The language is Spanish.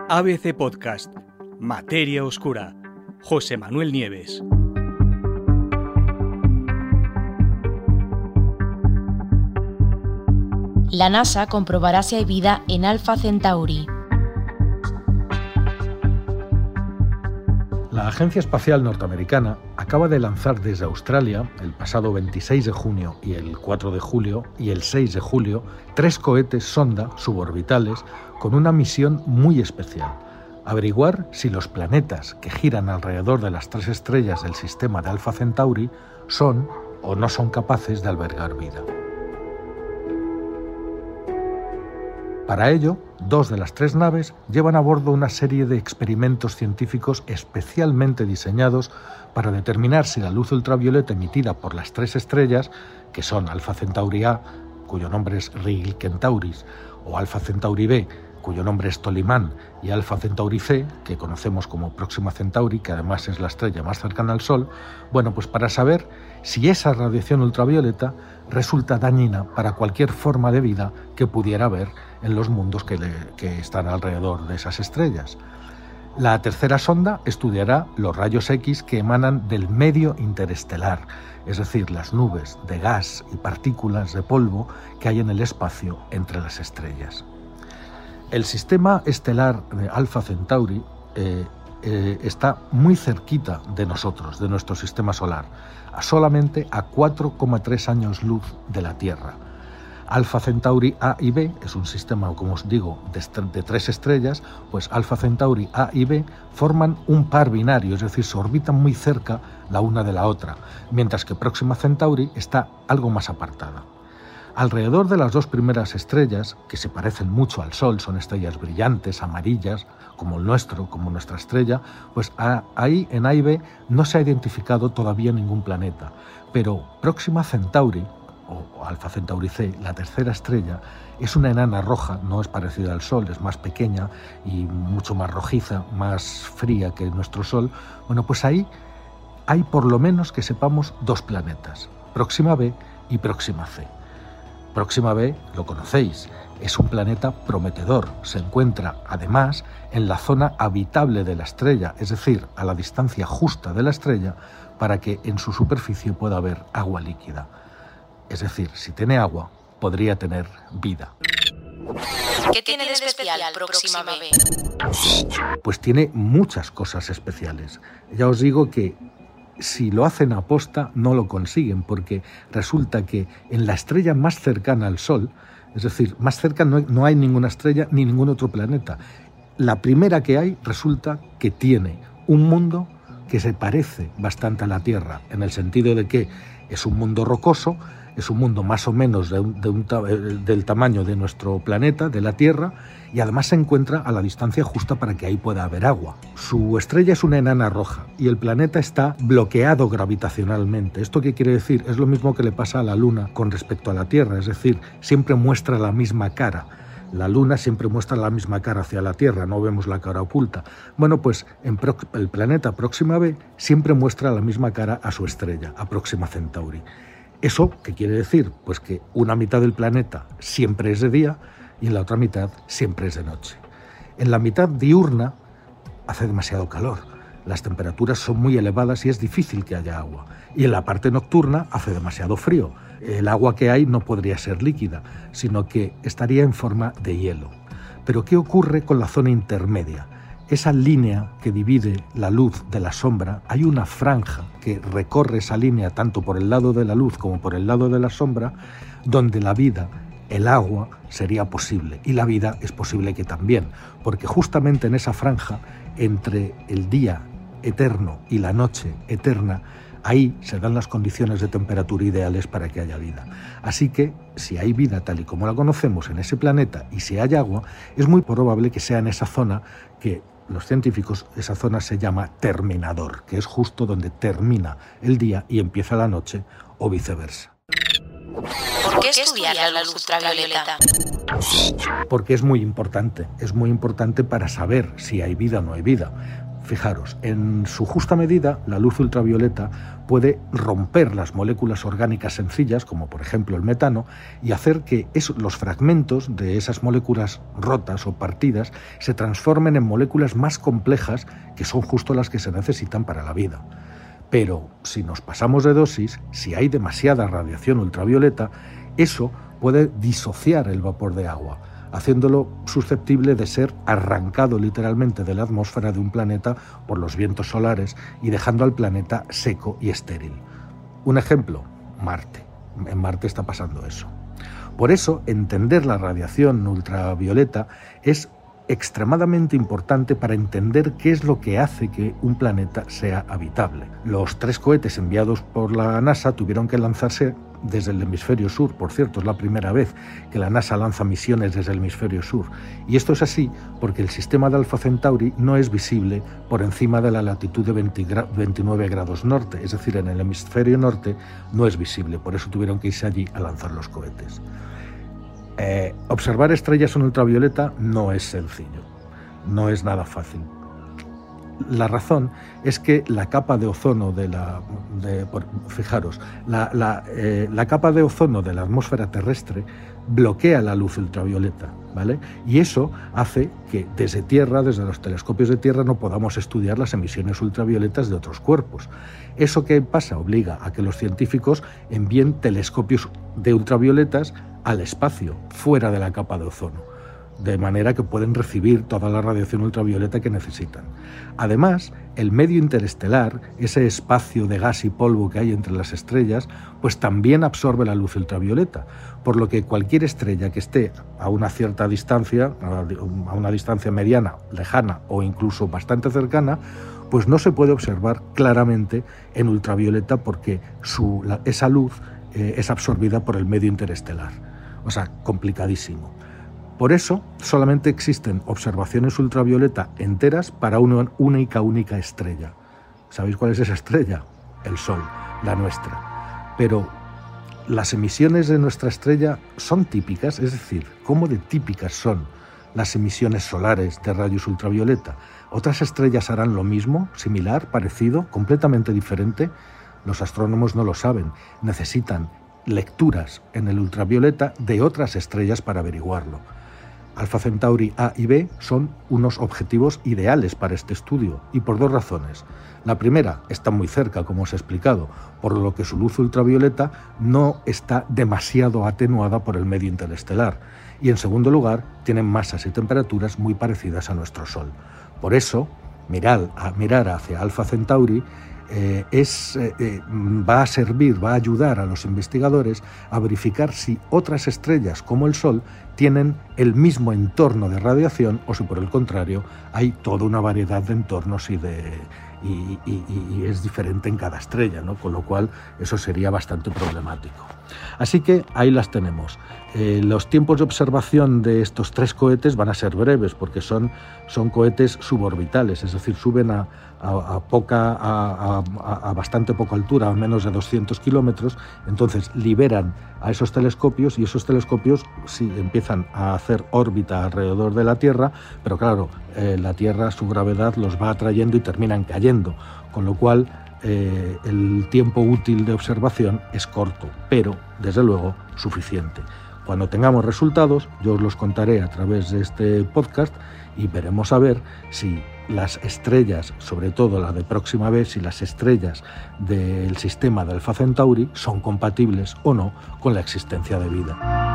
ABC Podcast, Materia Oscura, José Manuel Nieves. La NASA comprobará si hay vida en Alpha Centauri. La Agencia Espacial Norteamericana acaba de lanzar desde Australia, el pasado 26 de junio y el 4 de julio y el 6 de julio, 3 cohetes sonda suborbitales con una misión muy especial: averiguar si los planetas que giran alrededor de las 3 estrellas del sistema de Alpha Centauri son o no son capaces de albergar vida. Para ello, 2 de las 3 naves llevan a bordo una serie de experimentos científicos especialmente diseñados para determinar si la luz ultravioleta emitida por las 3 estrellas, que son Alpha Centauri A, cuyo nombre es Rigil Kentauris, o Alpha Centauri B, cuyo nombre es Tolimán, y Alpha Centauri C, que conocemos como Próxima Centauri, que además es la estrella más cercana al Sol, bueno, pues para saber si esa radiación ultravioleta resulta dañina para cualquier forma de vida que pudiera haber en los mundos que están alrededor de esas estrellas. La tercera sonda estudiará los rayos X que emanan del medio interestelar, es decir, las nubes de gas y partículas de polvo que hay en el espacio entre las estrellas. El sistema estelar de Alpha Centauri está muy cerquita de nosotros, de nuestro sistema solar, solamente a 4,3 años luz de la Tierra. Alpha Centauri A y B es un sistema, como os digo, de 3 estrellas, pues Alpha Centauri A y B forman un par binario, es decir, se orbitan muy cerca la una de la otra, mientras que Próxima Centauri está algo más apartada. Alrededor de las 2 primeras estrellas, que se parecen mucho al Sol, son estrellas brillantes, amarillas, como el nuestro, como nuestra estrella, pues ahí en A y B no se ha identificado todavía ningún planeta, pero Próxima Centauri, o Alpha Centauri C, la tercera estrella, es una enana roja, no es parecida al Sol, es más pequeña y mucho más rojiza, más fría que nuestro Sol. Bueno, pues ahí hay por lo menos que sepamos 2 planetas, Próxima B y Próxima C. Próxima B, lo conocéis, es un planeta prometedor. Se encuentra, además, en la zona habitable de la estrella, es decir, a la distancia justa de la estrella para que en su superficie pueda haber agua líquida. Es decir, si tiene agua, podría tener vida. ¿Qué tiene de especial Próxima B? Pues tiene muchas cosas especiales. Ya os digo que si lo hacen a posta, no lo consiguen, porque resulta que en la estrella más cercana al Sol, es decir, más cerca no hay ninguna estrella ni ningún otro planeta. La primera que hay resulta que tiene un mundo que se parece bastante a la Tierra, en el sentido de que es un mundo rocoso, es un mundo más o menos del tamaño de nuestro planeta, de la Tierra, y además se encuentra a la distancia justa para que ahí pueda haber agua. Su estrella es una enana roja y el planeta está bloqueado gravitacionalmente. ¿Esto qué quiere decir? Es lo mismo que le pasa a la Luna con respecto a la Tierra, es decir, siempre muestra la misma cara. La Luna siempre muestra la misma cara hacia la Tierra, no vemos la cara oculta. Bueno, pues el planeta Próxima B siempre muestra la misma cara a su estrella, a Próxima Centauri. ¿Eso qué quiere decir? Pues que una mitad del planeta siempre es de día y en la otra mitad siempre es de noche. En la mitad diurna hace demasiado calor, las temperaturas son muy elevadas y es difícil que haya agua. Y en la parte nocturna hace demasiado frío. El agua que hay no podría ser líquida, sino que estaría en forma de hielo. Pero ¿qué ocurre con la zona intermedia? Esa línea que divide la luz de la sombra, hay una franja que recorre esa línea tanto por el lado de la luz como por el lado de la sombra, donde la vida, el agua, sería posible. Y la vida es posible que también, porque justamente en esa franja, entre el día eterno y la noche eterna, ahí se dan las condiciones de temperatura ideales para que haya vida. Así que, si hay vida tal y como la conocemos en ese planeta y si hay agua, es muy probable que sea en esa zona que los científicos, esa zona se llama terminador, que es justo donde termina el día y empieza la noche, o viceversa. ¿Por qué estudiar la luz ultravioleta? Porque es muy importante para saber si hay vida o no hay vida. Fijaros, en su justa medida, la luz ultravioleta puede romper las moléculas orgánicas sencillas, como por ejemplo el metano, y hacer que los fragmentos de esas moléculas rotas o partidas se transformen en moléculas más complejas, que son justo las que se necesitan para la vida. Pero si nos pasamos de dosis, si hay demasiada radiación ultravioleta, eso puede disociar el vapor de agua, haciéndolo susceptible de ser arrancado literalmente de la atmósfera de un planeta por los vientos solares y dejando al planeta seco y estéril. Un ejemplo, Marte. En Marte está pasando eso. Por eso, entender la radiación ultravioleta es extremadamente importante para entender qué es lo que hace que un planeta sea habitable. Los 3 cohetes enviados por la NASA tuvieron que lanzarse desde el hemisferio sur. Por cierto, es la primera vez que la NASA lanza misiones desde el hemisferio sur. Y esto es así porque el sistema de Alpha Centauri no es visible por encima de la latitud de 29 grados norte, es decir, en el hemisferio norte no es visible, por eso tuvieron que irse allí a lanzar los cohetes. Observar estrellas en ultravioleta no es sencillo, no es nada fácil. La razón es que la capa de ozono la capa de ozono de la atmósfera terrestre bloquea la luz ultravioleta, ¿vale? Y eso hace que desde Tierra, desde los telescopios de Tierra, no podamos estudiar las emisiones ultravioletas de otros cuerpos. ¿Eso qué pasa? Obliga a que los científicos envíen telescopios de ultravioletas al espacio, fuera de la capa de ozono, de manera que pueden recibir toda la radiación ultravioleta que necesitan. Además, el medio interestelar, ese espacio de gas y polvo que hay entre las estrellas, pues también absorbe la luz ultravioleta, por lo que cualquier estrella que esté a una cierta distancia, a una distancia mediana, lejana o incluso bastante cercana, pues no se puede observar claramente en ultravioleta porque esa luz es absorbida por el medio interestelar. O sea, complicadísimo. Por eso, solamente existen observaciones ultravioleta enteras para una única estrella. ¿Sabéis cuál es esa estrella? El Sol, la nuestra. Pero las emisiones de nuestra estrella son típicas, es decir, ¿cómo de típicas son las emisiones solares de rayos ultravioleta? ¿Otras estrellas harán lo mismo, similar, parecido, completamente diferente? Los astrónomos no lo saben, necesitan lecturas en el ultravioleta de otras estrellas para averiguarlo. Alpha Centauri A y B son unos objetivos ideales para este estudio, y por 2 razones. La primera, está muy cerca, como os he explicado, por lo que su luz ultravioleta no está demasiado atenuada por el medio interestelar. Y en segundo lugar, tienen masas y temperaturas muy parecidas a nuestro Sol. Por eso, mirar hacia Alpha Centauri va a ayudar a los investigadores a verificar si otras estrellas como el Sol tienen el mismo entorno de radiación o si por el contrario hay toda una variedad de entornos y es diferente en cada estrella, ¿no? Con lo cual eso sería bastante problemático. Así que ahí las tenemos. Los tiempos de observación de estos 3 cohetes van a ser breves porque son cohetes suborbitales, es decir, suben a bastante poca altura, a menos de 200 kilómetros, entonces liberan a esos telescopios y esos telescopios sí empiezan a hacer órbita alrededor de la Tierra, pero claro, la Tierra, su gravedad los va atrayendo y terminan cayendo, con lo cual el tiempo útil de observación es corto, pero desde luego suficiente. Cuando tengamos resultados, yo os los contaré a través de este podcast y veremos a ver si las estrellas, sobre todo la de Próxima B, si las estrellas del sistema de Alpha Centauri son compatibles o no con la existencia de vida.